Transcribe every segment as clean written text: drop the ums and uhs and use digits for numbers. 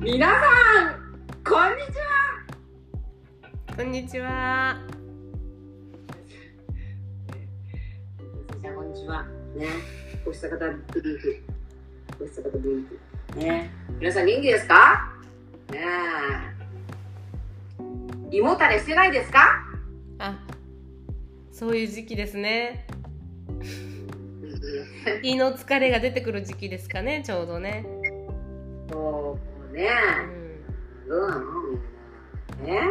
皆さんこんにちは。 こんにちは。 じゃあこんにちはね。お久方ブリーフ。お久方ブリーフね。皆さん元気ですか？ねえ。胃もたれしてないですか？ あ、そういう時期ですね。胃の疲れが出てくる時期ですかね、ちょうどね。 そうね。どうなのね。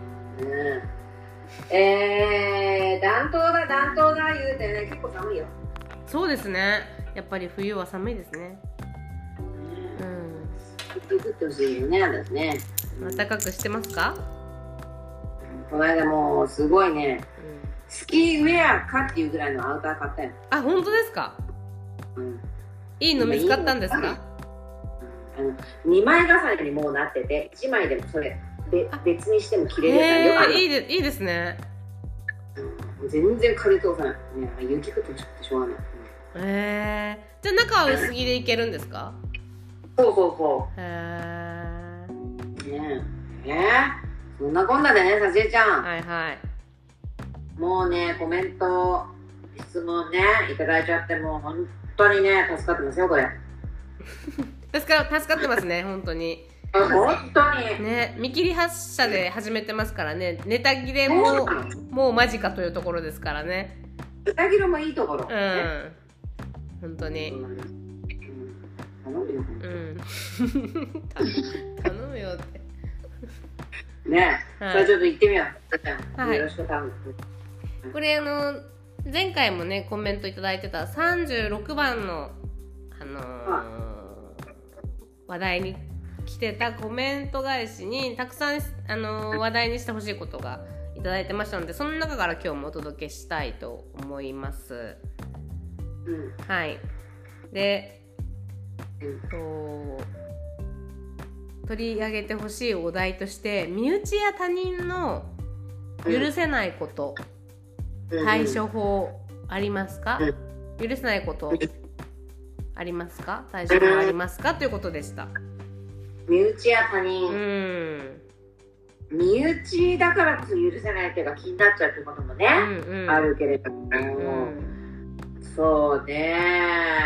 暖冬だ言うてね、結構寒いよ。 そうですね。やっぱり冬は寒いですね。 降ってほしいよね、私ね。 暖かくしてますか？ この間もうすごいね、スキーウェアかっていうぐらいのアウター買ったよ。 あ、本当ですか？いいの見つかったんですか ？2枚重ねにもうなってて、1枚でもそれ別にしても着れるからよ。 いいですね。 全然風通さない、ね、雪降ってちょっとしょうがない。 じゃあ中は薄着でいけるんですか？ そうそんなこんなでね、さちえちゃん、 はいはい、 もうね、コメント質問ねいただいちゃって、もう本当にね助かってますよ、これ。 助かってますね、本当に。 本当にね、見切り発車で始めてますからね。ネタ切れもう間近というところですからね。 ネタ切れもいいところ、 本当に。 頼むよ、 頼むよってね。それちょっと行ってみよう。 はい、 よろしく頼む。 これ前回もねコメントいただいてた36番の話題に来てたコメント返しにたくさん話題にしてほしいことがいただいてましたので、その中から今日もお届けしたいと思います。はい。で、取り上げてほしいお題として、身内や他人の許せないこと、対処法ありますか？許せないことありますか？対処法ありますか？ということでした。 身内や他人、身内だからこそ許せないというか気になっちゃうということもね、あるけれども、そうね、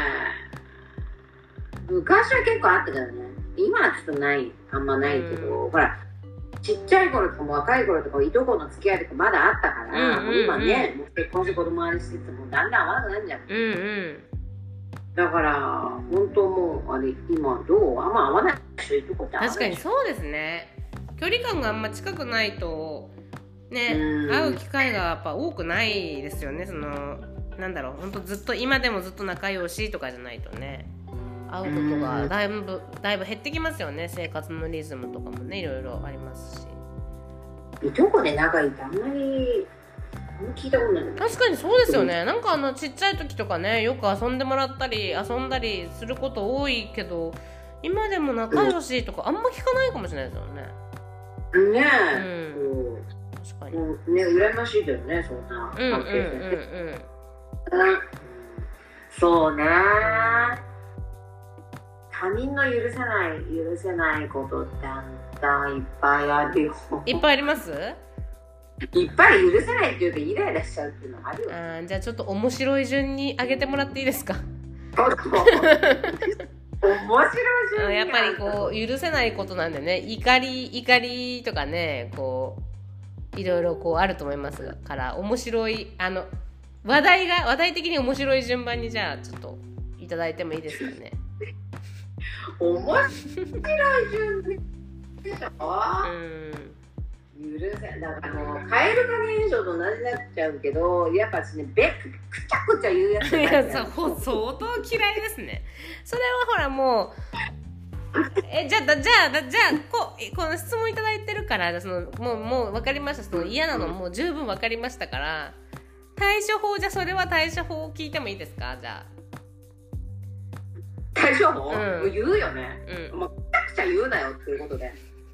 昔は結構あったけどね、今はちょっとあんまないけど、ほらちっちゃい頃とかも若い頃とかいとこの付き合いとかまだあったから、もう今ね、もう結婚して子供あれしててもだんだん合わなくなるじゃん。だから本当もうあれ今どうあんま合わない人いとこってある。 確かにそうですね。距離感があんま近くないとね、会う機会がやっぱ多くないですよね。なんだろう、本当ずっと今でもずっと仲良しとかじゃないとね、会うことがだいぶ減ってきますよね。生活のリズムとかもね、いろいろありますし。 いとこで仲いいってあんまり聞いたことない。 確かにそうですよね。なんかちっちゃい時とかね、よく遊んでもらったり遊んだりすること多いけど、今でも仲良しとかあんま聞かないかもしれないですよね。 ね確かにね、羨ましいけどね、そんな関係性。そうね、他人の許せないことってあんたいっぱいあるよ。 いっぱいあります？ いっぱい許せないっていうかイライラしちゃうっていうのもあるよ。 じゃあちょっと面白い順に上げてもらっていいですか？ 面白い順に。 やっぱりこう許せないことなんでね、怒りとかね、こういろいろこうあると思いますから、面白い話題的に面白い順番にじゃあちょっといただいてもいいですかね。 面白い順でしょ。許せだからカエル化現象と同じになっちゃうけど、やっぱですね、くちゃくちゃ言うやつじゃない。 相当嫌いですね。それはほらもうじゃあこの質問いただいてるから、もう分かりました。嫌なのもう十分分かりましたから、対処法、じゃあそれは対処法を聞いてもいいですか？じゃあ対処法、もう言うよね、もうくちゃくちゃ言うなよっていうことで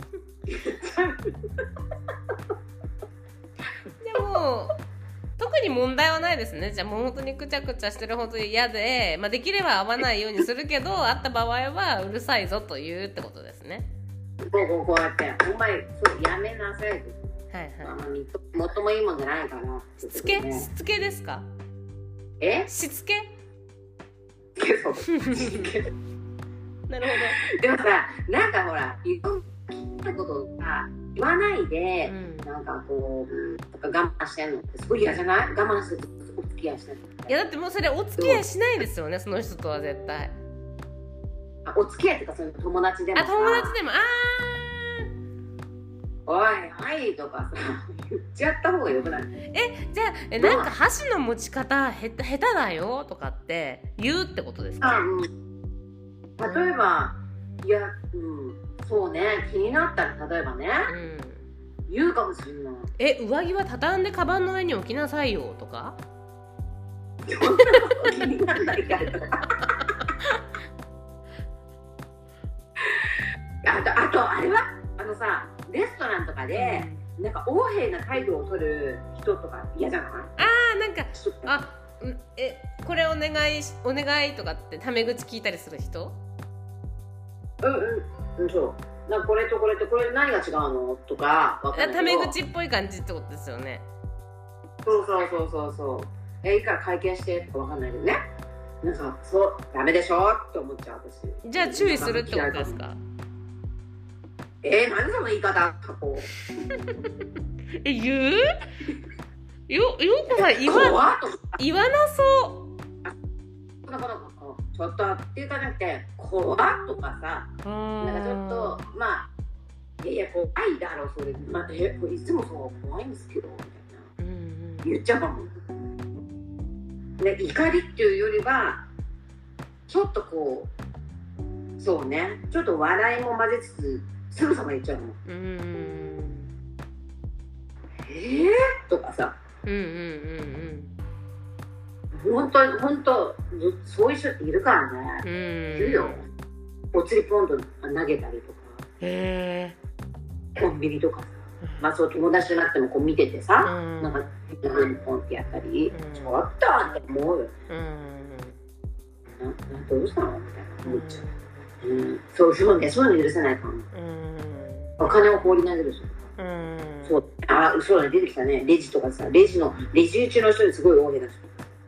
でも特に問題はないですね。じゃあもう本当にくちゃくちゃしてるほど嫌で、できれば会わないようにするけど会った場合はうるさいぞと言うってことですね。 こうやってお前そうやめなさいと。 はいはい。 もっともいいもんじゃないから、ね、 しつけですか？しつけなるほど。 でもさ、なんかほらいろんなことをさ言わないで、なんかこうとか我慢してんのってすごい嫌じゃない？我慢してお付き合いしてんの。 いやだってもうそれお付き合いしないですよね、その人とは絶対。 お付き合いとかその友達でもさ、 友達でもおいはいとかさ言っちゃった方がよくない？ じゃあなんか箸の持ち方下手だよとかって言うってことですか？ 例えば、いや、そうね、気になったら例えばね、言うかもしれない。 上着は畳んでカバンの上に置きなさいよとか？ そんなこと気にならないからとかあとあれはさ、レストランとかで、なんか横柄な態度を取る人とか嫌じゃない？ なんかこれお願いとかってタメ口聞いたりする人？そうなんかこれとこれとこれ何が違うのとかタメ口っぽい感じってことですよね。 そういいから会見してとかわかんないけどね、なんかそうダメでしょって思っちゃう私。 じゃあ注意するってことですか？ 何その言い方言う？よくさ言わなそう。ちょっとっていうかなくて怖っとかさ、なんかちょっといや怖いだろそれ、いつもそう怖いんですけどみたいな、言っちゃうかも。で怒りっていうよりはちょっとこうそうね、ちょっと笑いも混ぜつつすぐさま言っちゃうの。とかさ、本当そういう人っているからね。いるよ。お釣りポンと投げたりとか、コンビニとかさ、そう友達じゃなくてもこう見ててさ、なんかポンってやったり、ちょっとって思うよね。どうしたのみたいな思っちゃう。そうね、そういうの許せないかも。お金を放り投げる人とか。そうだね、出てきたね。レジとかさ、レジ打ちの人にすごい大変な人。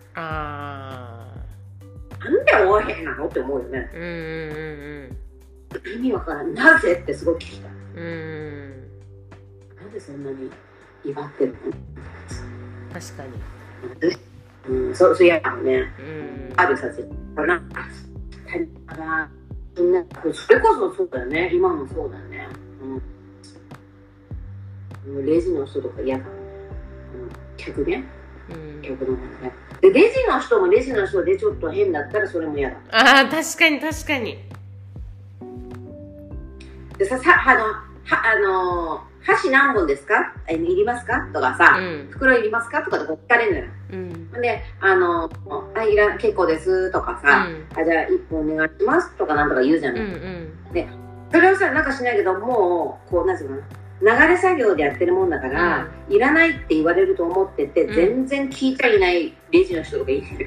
なんで大変なのって思うよね。意味わからん。なぜってすごい聞きたい。なんでそんなに威張ってるの？ 確かに。そうやだね。あるさせかな。それこそそうだよね。今もそうだよね。レジの人とか嫌だ。客ね。客の問題。でレジの人もレジの人でちょっと変だったらそれも嫌だ。 確かに。 でさ箸何本ですか？いりますか？とかさ、袋いりますか？とかで聞かれるのよ。で結構ですとかさ、じゃあ1本お願いしますとかなんとか言うじゃない。でそれをさなんかしないけどもうこうなんていうのかな、流れ作業でやってるもんだから、いらないって言われると思ってて、全然聞いちゃいないレジの人とかいるよ。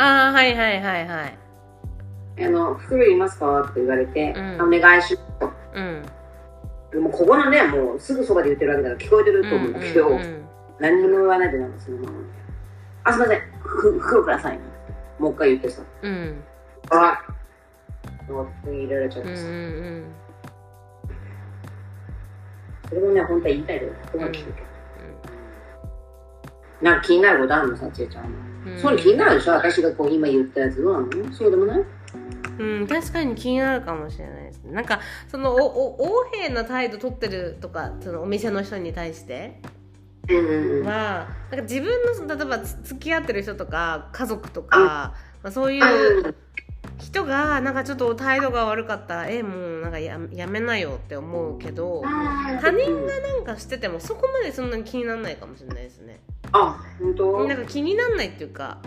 袋いりますか？とか言われて、お願いしますと。もうここのね、もうすぐそばで言ってるわけだから聞こえてると思うんだけど、何にも言わないでなんかそのまま。すいません、袋くださいね。もう一回言ってさ。入れられちゃってさ。それもね、本当は言いたいけど、ここまで聞くけど。なんか気になることあるの、さちえちゃん。そういうの気になるでしょ？私がこう今言ったやつどうなの？そうでもない？ 確かに気になるかもしれないですね。なんかその横柄な態度取ってるとか、そのお店の人に対しては、なんか自分の例えば付き合ってる人とか家族とか、そういう人がなんかちょっと態度が悪かったらもうなんかやめなよって思うけど、他人がなんかしててもそこまでそんなに気にならないかもしれないですね。 本当？ なんか気にならないっていうか、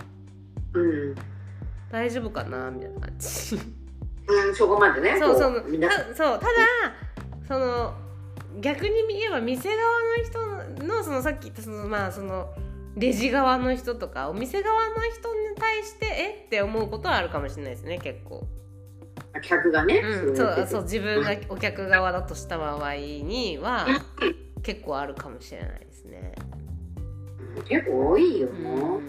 大丈夫かなみたいな感じ。 そこまでね。 ただその逆に言えば店側の人のそのさっき言ったそのレジ側の人とかお店側の人に対してって思うことはあるかもしれないですね、結構。 客がね、 そう自分がお客側だとした場合には結構あるかもしれないですね。 結構多いよもう。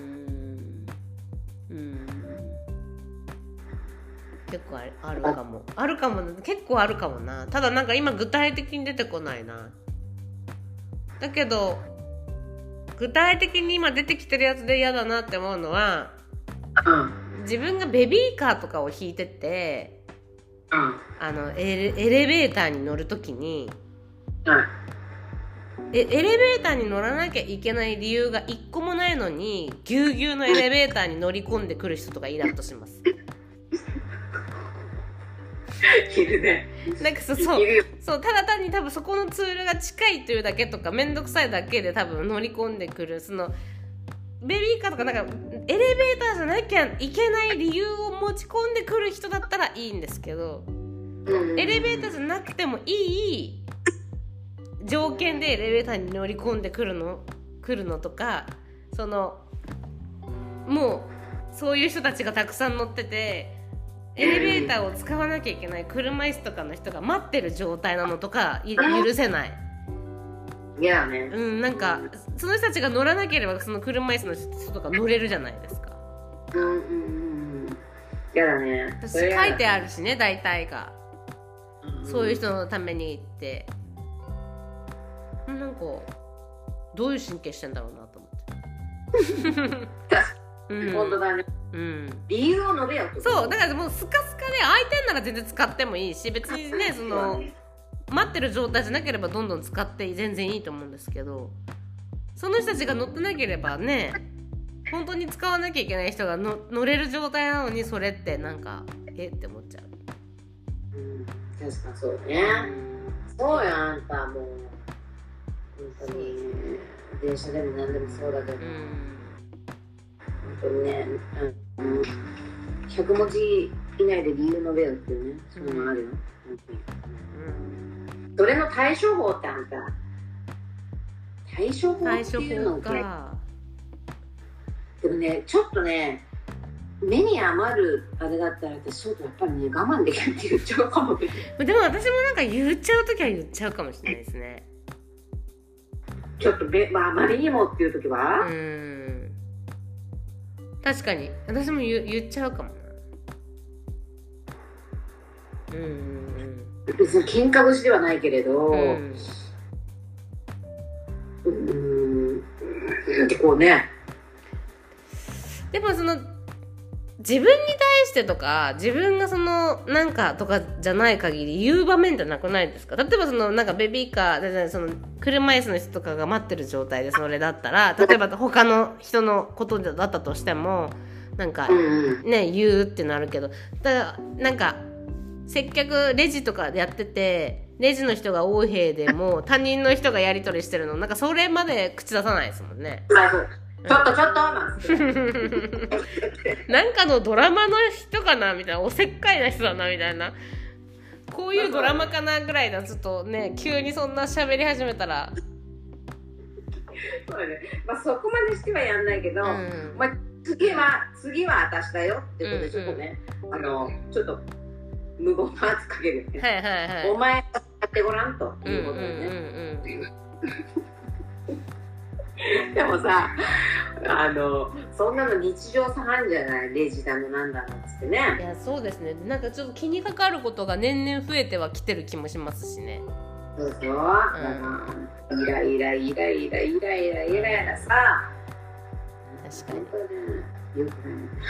結構あるかも結構あるかもな。ただなんか今具体的に出てこないな。だけど具体的に今出てきてるやつで嫌だなって思うのは、自分がベビーカーとかを引いてて、エレベーターに乗るときに、エレベーターに乗らなきゃいけない理由が一個もないのにぎゅうぎゅうのエレベーターに乗り込んでくる人とかイラッとします。 いるね。 なんかそうただ単に多分そこのツールが近いというだけとかめんどくさいだけで多分乗り込んでくる、そのベビーカーとかなんかエレベーターじゃなきゃいけない理由を持ち込んでくる人だったらいいんですけど、エレベーターじゃなくてもいい条件でエレベーターに乗り込んでくるのとか、そのもうそういう人たちがたくさん乗っててエレベーターを使わなきゃいけない車椅子とかの人が待ってる状態なのとか許せない。 いやね。 なんかその人たちが乗らなければその車椅子の人とか乗れるじゃないですか。 やだね。 書いてあるしね、大体が、そういう人のためにって、なんかどういう神経してんだろうなと思って。 本当だね。理由を述べよう。 そうだからもうスカスカで空いてんなら全然使ってもいいし、別にねその待ってる状態じゃなければどんどん使って全然いいと思うんですけど、その人たちが乗ってなければね、本当に使わなきゃいけない人が乗れる状態なのにそれってなんかって思っちゃう。 確かそうね。そうよ、あんたもう本当に電車でも何でもそうだけど、本当にね、100文字以内で理由述べよっていうね、そういうのあるよ。それの対処法ってあんた対処法っていうのか。でもね、ちょっとね、目に余るあれだったら私ちょっとやっぱりね、我慢できるって言っちゃうかも。でも私もなんか言っちゃうときは言っちゃうかもしれないですね。 ちょっとあまりにもっていうときは確かに私も言っちゃうかもな。 別に喧嘩腰ではないけれど、ってこうね。 でもその自分に対してとか自分がそのなんかとかじゃない限り言う場面ってなくないですか。例えばそのなんかベビーカーでその車椅子の人とかが待ってる状態でそれだったら、例えば他の人のことだったとしてもなんかね言うってなるけど、だからなんか接客レジとかでやっててレジの人が横柄でも他人の人がやり取りしてるのなんかそれまで口出さないですもんね。 ちょっとなんかのドラマの人かなみたいな、おせっかいな人だなみたいな、こういうドラマかなぐらいだ。ちょっとね急にそんな喋り始めたらそうね、そこまでしてはやんないけど、次は私だよってことでちょっとね、ちょっと無言の圧かけるよね。お前やってごらんということでね。でもさ、そんなの日常茶飯事じゃない、レジだのなんだのっつってね。 いやそうですね、なんかちょっと気にかかることが年々増えてはきてる気もしますしね。 そうそう、イライラさ。 確かに。 よくない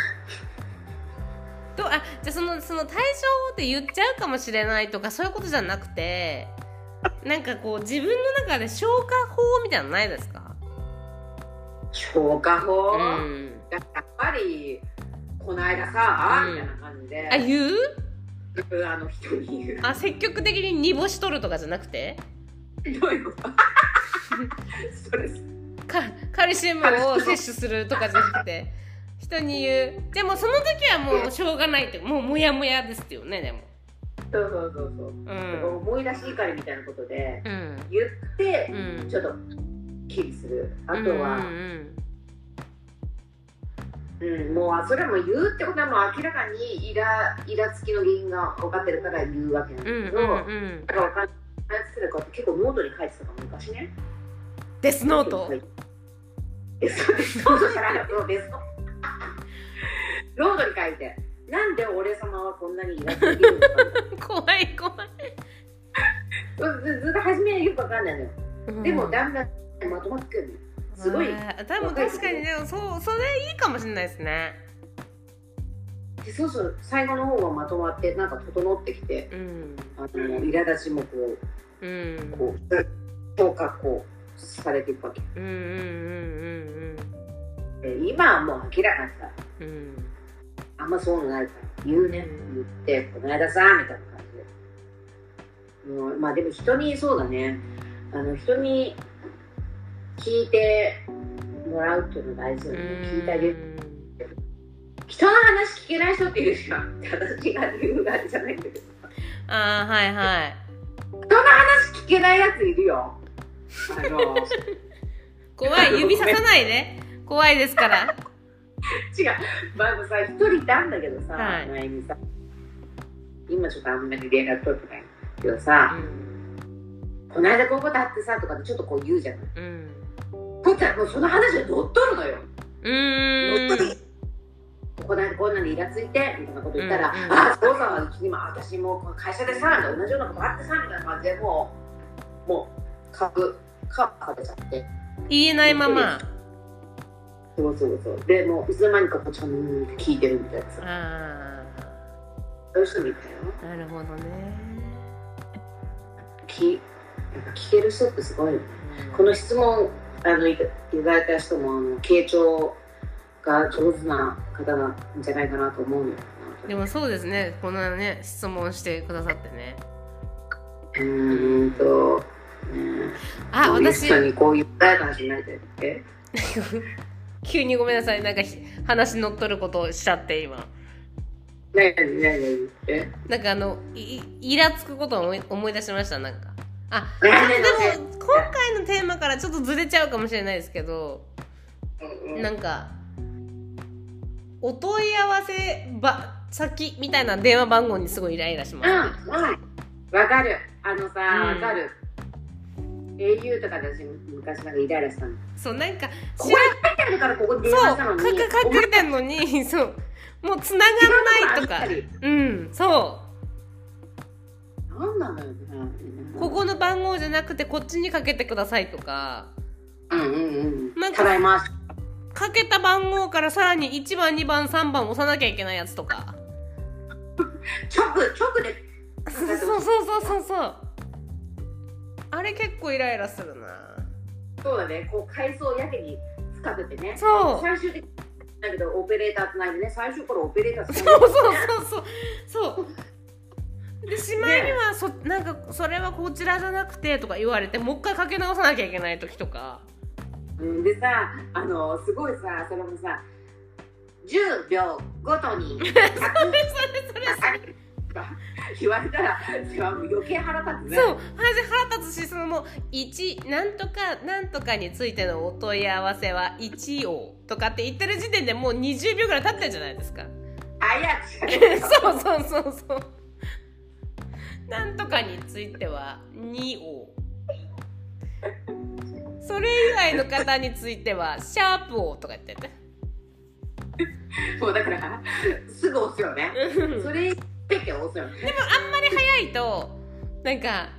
じゃあその対象って言っちゃうかもしれないとかそういうことじゃなくて、なんかこう自分の中で消化法みたいなのないですか。 消化法、やっぱりこの間さ、みたいな感じで言う人に言う。 積極的に煮干し取るとかじゃなくて、 どういうことそれカルシウムを摂取するとかじゃなくて人に言う。でもその時はもうしょうがないって、もうモヤモヤですよね。でもそう、思い出し怒りみたいなことで言って、ちょっと気にする。あとは、 もうそれはもう言うってことはもう明らかにイラつきの原因が分かってるから言うわけなんだけど、だから分かんないすること結構ノートに書いてたから昔ね。 デスノート。 デスノートじゃないの、デスノート。ノートに書いて、なんで俺様はこんなにイラついてるのか。 怖い怖い。 ずっと初めはよく分かんないのよ。でもだんだんまとまってくるのよ。すごい。 多分確かにでもそれいいかもしれないですね。 でそうそう、最後の方はまとまってなんか整ってきて、苛立ちもこう、こう消化こうされていくわけ。今はもう明らかにさ、あんまそういうのないから言うね、言ってこの間さみたいな感じで、まあでも人にそうだね、人に聞いてもらうっていうのが大事だよね。聞いてあげる。人の話聞けない人っているじゃん。私が言うあれじゃないんだけど。 はいはい。 人の話聞けないやついるよ。 怖い、指ささないで。怖いですから。 違う。まあさ、一人いたんだけどさ、前にさ、今ちょっとあんまり連絡取ってないけどさ、この間こういうことあってさとかでちょっとこう言うじゃない。そしたらもうその話が乗っ取るのよ。乗っ取り。この間こんなにイラついてみたいなこと言ったら、そうさ、うちにも私も会社でさ同じようなことあってさみたいな感じでもう株かれちゃって。 言えないまま。 そうでもういつの間にかこうちゃんと聞いてるみたいなさ。そういう人もいたよ。 なるほどね。 やっぱ聞ける人ってすごいよね。この質問いただいた人も傾聴が上手な方なんじゃないかなと思うよ。 でもそうですね、こんなね質問してくださってね。 私にこういう話になってて急にごめんなさい、なんか話乗っ取ることをしちゃって今。なんかイラつくことを思い出しました。なんかでも今回のテーマからちょっとずれちゃうかもしれないですけど、なんかお問い合わせ先みたいな電話番号にすごいイライラしますね。 わかる。わかる。au とかで昔なんかイライラしたの。 そう、なんかここに書いてあるからここに電話したのに。 そう、書いてあるのに、そう、もう繋がらないとか。そう。 なんなのよね。 ここの番号じゃなくてこっちにかけてくださいとか。 なんかただいま。 かけた番号からさらに1番2番3番押さなきゃいけないやつとか。 直で。 そう。あれ結構イライラするな。 そうだね。こう階層やけに深くてね。 そう。 最終的にだけどオペレーターつないでね。最初からオペレーターつないで、 そう。でしまいにはなんかそれはこちらじゃなくてとか言われてもう一回かけ直さなきゃいけない時とか。 でさ、すごいさ、それもさ、10秒ごとにそれ言われたら余計腹立つね。 そう、腹立つし、そのもう1なんとかについてのお問い合わせは1をとかって言ってる時点でもう20秒ぐらい経ってるじゃないですか。そうなんとかについては2を、それ以外の方についてはシャープをとか言っててそうだからすぐ押すよね。それ押すよね。 でもあんまり早いとなんか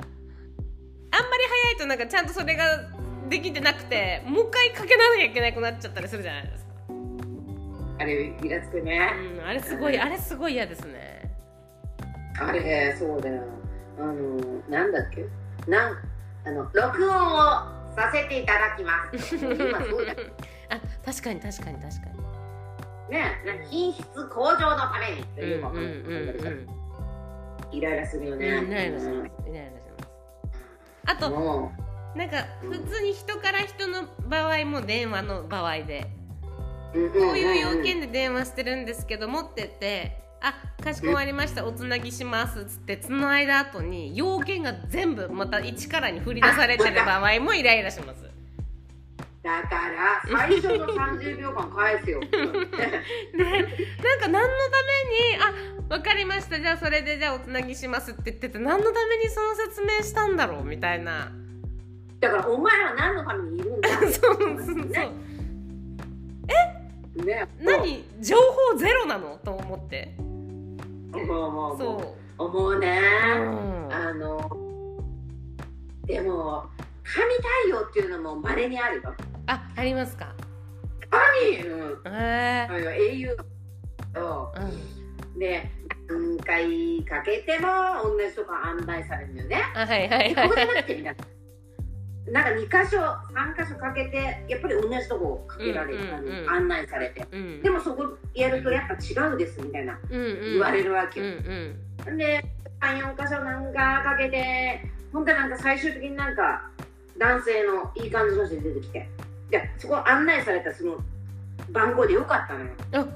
ちゃんとそれができてなくてもう一回かけなきゃいけなくなっちゃったりするじゃないですか。 あれイラつくね。 あれすごい嫌ですね。 あれそうだよ。なんだっけ、録音をさせていただきます。今そうだよ。 確かにね、品質向上のためにっていうのがイライラするよね。 イライラします。あとなんか普通に人から人の場合も電話の場合でこういう要件で電話してるんですけどもって言ってかしこまりました、おつなぎしますっつってつないだ後に要件が全部また一からに振り出されてる場合もイライラします。 だから最初の30秒間返せよってね、なんか何のために分かりましたじゃあそれでじゃあおつなぎしますって言ってて何のためにその説明したんだろうみたいな。 だからお前は何のためにいるんだそうね、 何情報ゼロなのと思ってそう思うね、でも神対応っていうのも稀にあるよ。 ありますか。 神、英雄で何回かけても同じとこ案内されるんだよね。ここじゃなくてみたいな。なんか2箇所3箇所かけてやっぱり同じとこかけられる、案内されて、でもそこやるとやっぱ違うですみたいな、言われるわけよ、で 3,4 箇所なんかかけて本当なんか最終的になんか男性のいい感じの人出てきて、でそこ案内されたその番号でよかったのよ。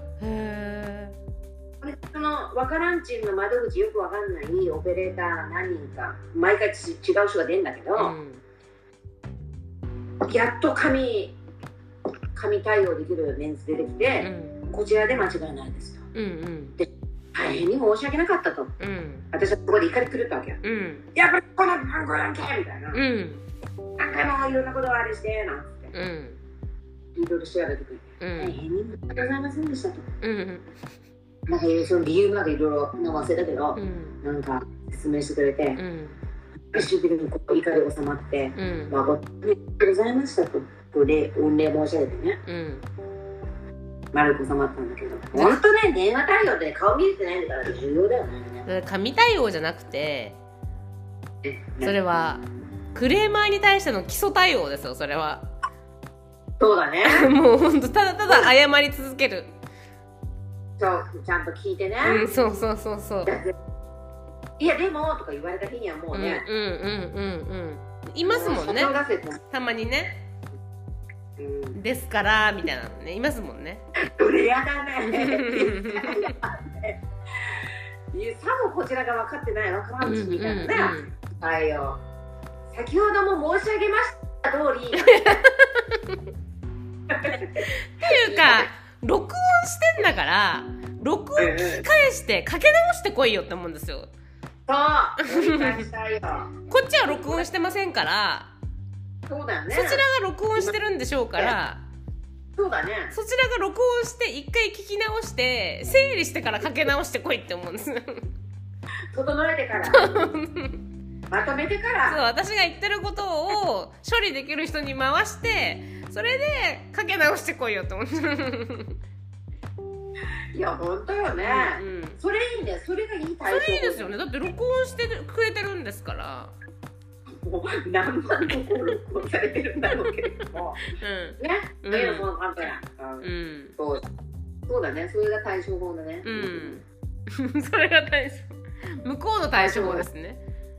そのわからんちんの窓口よくわかんないオペレーター何人か毎回違う人が出るんだけど、やっと神対応できるメンツ出てきて、こちらで間違いないですと、で大変に申し訳なかったと、私はここで怒り狂ったわけよ、やっぱりこの番号だけみたいな、何回もいろんなことをあれしてなんつって、いろいろ調べてくれて、大変に申し訳ございませんでしたと、なんかその理由までいろいろ忘れたけど、なんか説明してくれて、一生懸命こう怒り収まって、誠にございましたと御礼申し上げてね、丸く収まったんだけど、本当ね、電話対応で顔見れてないんだから重要だよね。 紙対応じゃなくて、それはクレーマーに対しての基礎対応ですよ。それはそうだねもう本当ただただ謝り続ける。 そうちゃんと聞いてね、 そういやでもとか言われた日にはもうね、 いますもんね、たまにね、ですからみたいなのね、いますもんね。 それやだねさもこちらが分かってないわからんちみたいなね、はいよ、先ほども申し上げました通りっていうか録音してんだから録音聞き返してかけ直してこいよって思うんですよ。 そう繰り返したいよこっちは録音してませんから、 そうだよね、 そちらが録音してるんでしょうから、 そうだね、 そちらが録音して一回聞き直して整理してからかけ直してこいって思うんです整えてからまとめてから、 そう、私が言ってることを処理できる人に回してそれでかけ直してこいよって思っていや本当よね、それいいんだよ、それがいい対処法。 それいいですよね、だって録音してくれてるんですから。 もう何万の録音されてるんだろうけれども、ね、その簡単や、そうだね、それが対処法だね、 それが対処、向こうの対処法ですね。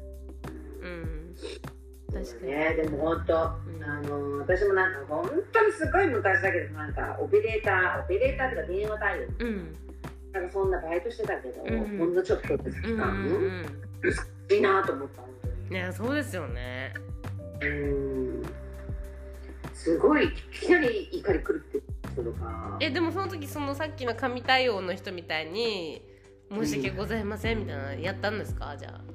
確かにね。でも本当、私もなんか本当にすごい昔だけど、なんかオペレーターとか電話対応、なんかそんなバイトしてたけど、ほんのちょっとですか、いいなと思った本当に。 ね、そうですよね。 すごいいきなり怒り狂ってる人とか。 でもその時そのさっきの神対応の人みたいに申し訳ございませんみたいなやったんですか、じゃあ。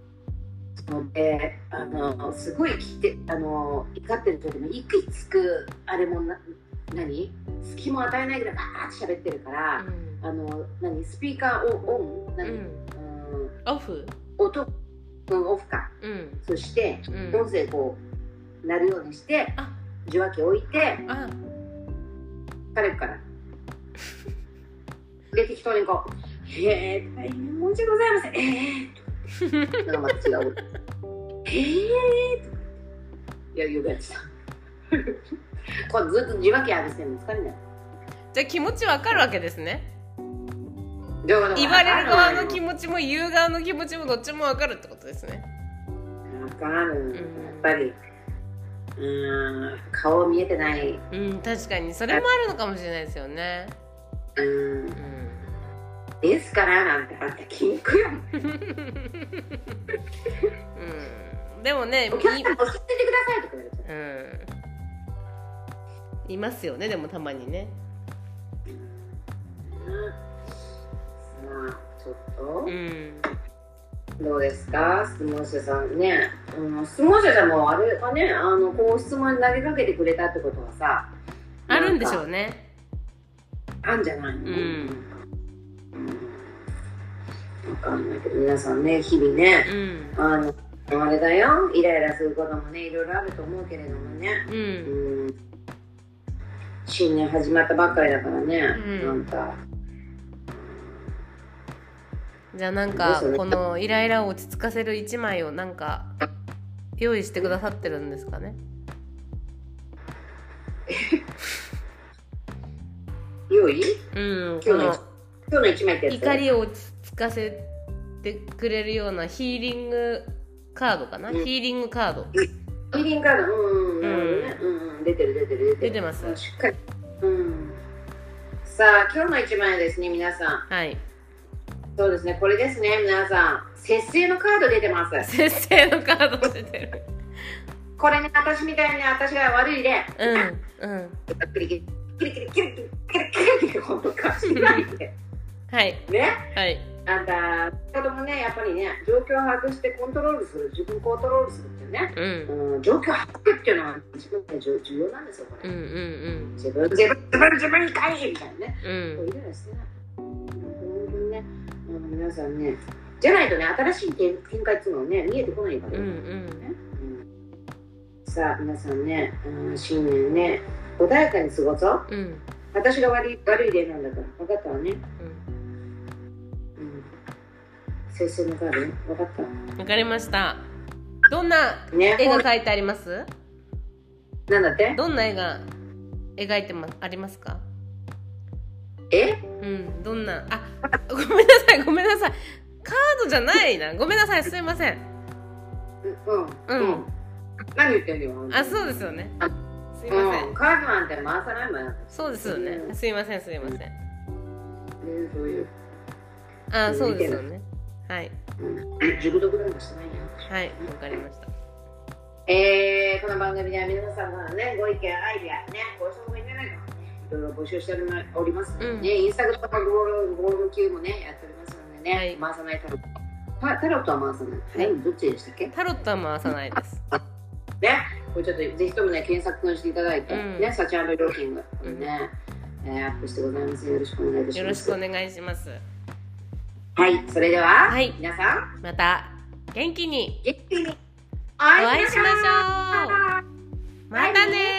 すごい怒ってる時もいくつくあれも隙も与えないぐらいバーッと喋ってるから、スピーカーをオン、 オフ音オフか、そして音声こう鳴るようにして受話器置いて疲れるからで適当にこう「大変申し訳ございませんなんかまた違ういやよくやってたこれずっと受話器外してるの疲れない。 じゃあ気持ちわかるわけですね。言われる側の気持ちも言う側の気持ちもどっちもわかるってことですね。 わかる、やっぱり顔見えてない、 確かにそれもあるのかもしれないですよね。 ですからなんてあんた禁句よでもね、 お客さん教えてくださいとか言われちゃう。 いますよね、でもたまにね。 まあちょっと、 うん、 どうですか質問者さんね、質問者さんもあれかね、こう質問投げかけてくれたってことはさ、 あるんでしょうね。 あんじゃないの？わかんないけど、皆さんね、日々ね、あれだよ、イライラすることもね、いろいろあると思うけれどもね、新年始まったばっかりだからね、なんか。 じゃあなんか、このイライラを落ち着かせる一枚をなんか用意してくださってるんですかね。 用意？ 今日の一枚ってやつ？ 怒りを落ち着かせてくれるようなヒーリングカードかな、ヒーリングカード。 ヒーリングカード、出てます。 しっかり。さあ、今日の一枚はですね、皆さん。 はい。 そうですね、これですね、皆さん。節制のカード出てます。 節制のカード出てる。 これね、私みたいに私が悪い例。クリクリクリクリクリクリクリクリ本当かしないで。 はい。 ね。 はい。 あんた、子供ね、やっぱりね、状況を把握してコントロールする、自分コントロールするっていうね、状況を把握っていうのは自分で重要なんですよ、これ。自分に返しみたいなね。こうイライラしてない。本当にね、皆さんね、じゃないとね、新しい展開っていうのはね、見えてこないからね。さあ、皆さんね、新年ね、穏やかに過ごそう。私が悪い例なんだから、分かったわね。先生のカードね、分かった。 分かりました。どんな絵が描いてあります？ なんだって？ どんな絵が描いてありますか？どんな、ごめんなさい。カードじゃないな。ごめんなさい、すいません。 何言ってんのよ。 そうですよね。すいません。 カードなんて回さないもん。 そうですよね。すいません。 そういう。 そうですよね。はい。 熟読なんかしてないよ。 はい、わかりました。 この番組では皆さんからね、ご意見、アイデア、ね、ご質問がいただいたらね、いろいろ募集しておりますのでね、インスタグラムゴール級もね、やっておりますのでね、回さないタロット。タロットは回さない。どっちでしたっけ？ タロットは回さないです。 ね、これちょっとぜひともね、検索していただいて、ね、サチ&料金がね、アップしてございます。よろしくお願いいたします。 よろしくお願いします。 はい、それでは、皆さん、 また元気にお会いしましょう。またね。